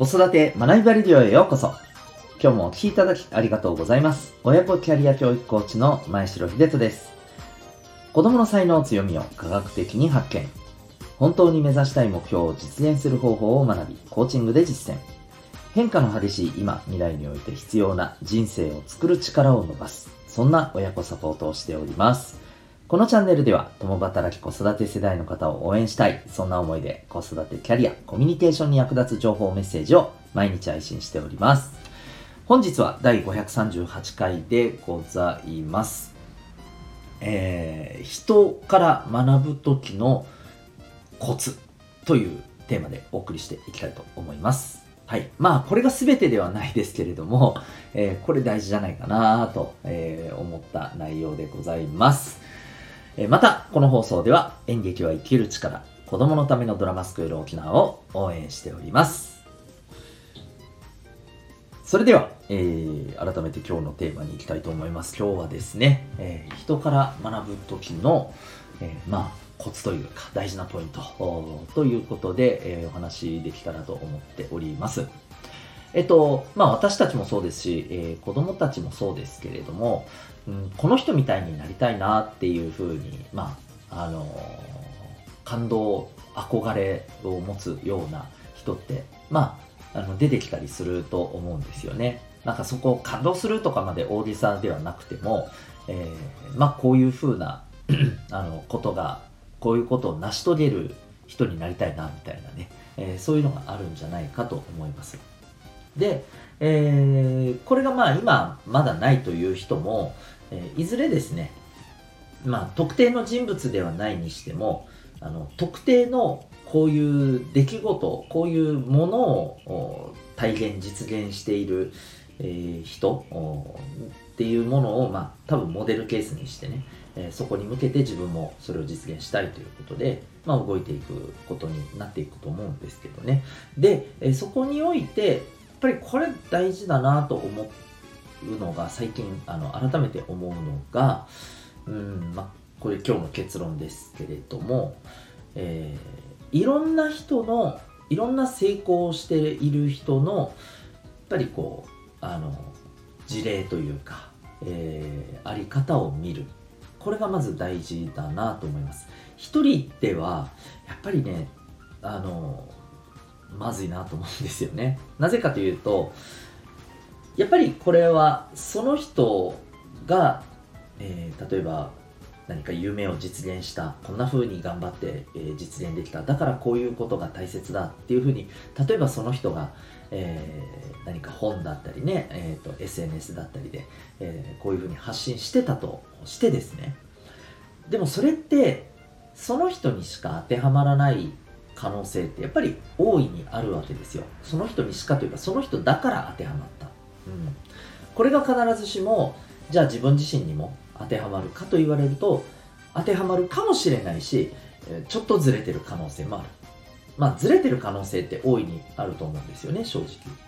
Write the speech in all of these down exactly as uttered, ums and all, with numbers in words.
子育て学びバレディオへようこそ。今日もお聞きいただきありがとうございます。親子キャリア教育コーチの前城秀人です。子供の才能強みを科学的に発見。本当に目指したい目標を実現する方法を学び、コーチングで実践。変化の激しい今、未来において必要な人生を作る力を伸ばす。そんな親子サポートをしております。このチャンネルでは共働き子育て世代の方を応援したい、そんな思いで子育てキャリア、コミュニケーションに役立つ情報メッセージを毎日配信しております。本日はだいごひゃくさんじゅうはちかいでございます。えー、人から学ぶ時のコツというテーマでお送りしていきたいと思います。はい。まあ、これが全てではないですけれども、えー、これ大事じゃないかなと、えー、思った内容でございます。また、この放送では演劇は生きる力、子供のためのドラマスクール沖縄を応援しております。それでは、えー、改めて今日のテーマに行きたいと思います。今日はですね、えー、人から学ぶ時の、えー、まあ、コツというか大事なポイントということで、えー、お話できたらと思っております。えっと、まあ私たちもそうですし、えー、子供たちもそうですけれども、うん、この人みたいになりたいなっていうふうに、まあ、あのー、感動、憧れを持つような人って、まあ、あの出てきたりすると思うんですよね。なんかそこを感動するとかまで大げさではなくても、えー、まあこういうふうなあのことが、こういうことを成し遂げる人になりたいなみたいなね、えー、そういうのがあるんじゃないかと思います。で、えー、これがまあ今まだないという人も、えー、いずれですね、まあ特定の人物ではないにしても、あの特定のこういう出来事、こういうものを体現、実現している、えー、人っていうものを、まあ多分モデルケースにしてね、えー、そこに向けて自分もそれを実現したいということで、まあ動いていくことになっていくと思うんですけどね。で、えー、そこにおいて、やっぱりこれ大事だなと思うのが最近あの改めて思うのが、うんまあ、これ今日の結論ですけれども、えー、いろんな人のいろんな成功をしている人のやっぱりこうあの事例というか、えー、あり方を見る、これがまず大事だなと思います。一人ではやっぱりね、あのまずいなと思うんですよね。なぜかというと、やっぱりこれはその人が、えー、例えば何か夢を実現した、こんな風に頑張って、えー、実現できた、だからこういうことが大切だっていう風に、例えばその人が、えー、何か本だったりね、えーと、エスエヌエス だったりで、えー、こういう風に発信してたとしてですね、でもそれってその人にしか当てはまらない可能性ってやっぱり大いにあるわけですよ。その人にしかというか、その人だから当てはまった、うん、これが必ずしもじゃあ自分自身にも当てはまるかと言われると、当てはまるかもしれないし、ちょっとずれてる可能性もある。まあずれてる可能性って大いにあると思うんですよね、正直、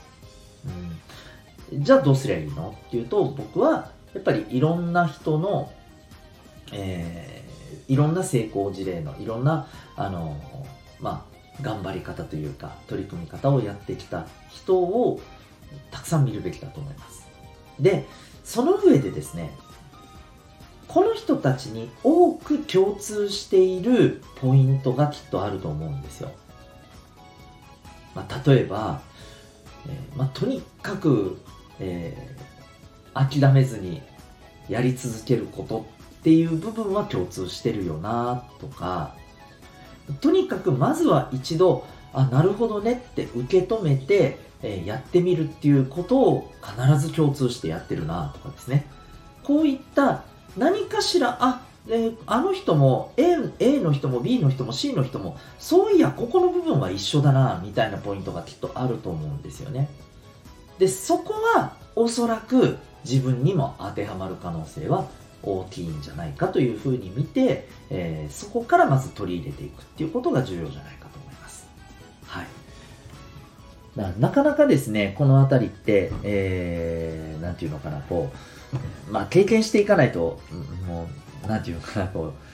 うん、じゃあどうすりゃいいのっていうと、僕はやっぱりいろんな人の、えー、いろんな成功事例のいろんなあのまあ、頑張り方というか取り組み方をやってきた人をたくさん見るべきだと思います。で、その上でですね、この人たちに多く共通しているポイントがきっとあると思うんですよ。まあ、例えば、えーまあ、とにかく、えー、諦めずにやり続けることっていう部分は共通してるよなとか、とにかくまずは一度、あ、なるほどねって受け止めて、えー、やってみるっていうことを必ず共通してやってるなとかですね。こういった何かしら、あ、えー、あの人も A, A の人も B の人も C の人もそういやここの部分は一緒だなみたいなポイントがきっとあると思うんですよね。で、そこはおそらく自分にも当てはまる可能性は大きいんじゃないかというふうに見て、えー、そこからまず取り入れていくっていうことが重要じゃないかと思います。はい。な, なかなかですね、このあたりって、えー、なんていうのかな、こう、まあ経験していかないと、もう、なんていうのかな、こ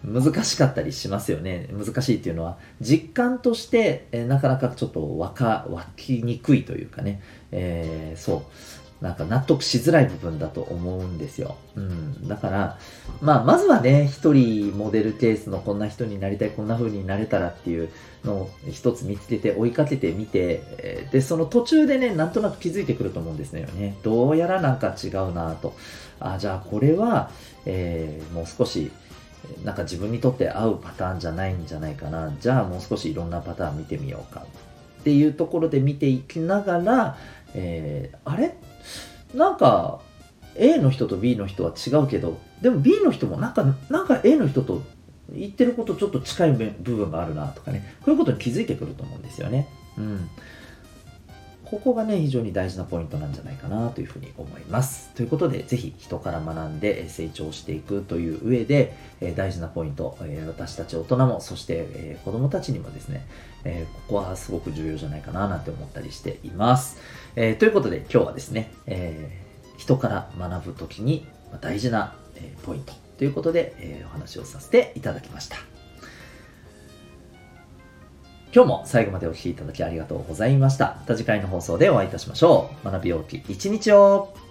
難しかったりしますよね。難しいっていうのは、実感として、えーなかなかちょっとわか、湧きにくいというかね、えーそう、なんか納得しづらい部分だと思うんですよ。うん。だから、まあ、まずはね、一人モデルケースのこんな人になりたい、こんな風になれたらっていうのを一つ見つけて追いかけてみて、えーで、その途中でね、なんとなく気づいてくると思うんですよね。どうやらなんか違うなと。あ、じゃあこれは、えーもう少し、なんか自分にとって合うパターンじゃないんじゃないかな。じゃあもう少しいろんなパターン見てみようか。っていうところで見ていきながら、えーあれなんか A の人と B の人は違うけど、でも B の人もなんか、なんか A の人と言ってることちょっと近い部分があるなとかね、こういうことに気づいてくると思うんですよね。うん。ここがね、非常に大事なポイントなんじゃないかなというふうに思います。ということで、ぜひ人から学んで成長していくという上で、えー大事なポイント、えー私たち大人も、そして、えー子供たちにもですね、えーここはすごく重要じゃないかななんて思ったりしています。えーということで、今日はですね、えー人から学ぶときに大事な、えーポイントということで、えーお話をさせていただきました。今日も最後までお聞きいただきありがとうございました。また次回の放送でお会いいたしましょう。学びようき一日を。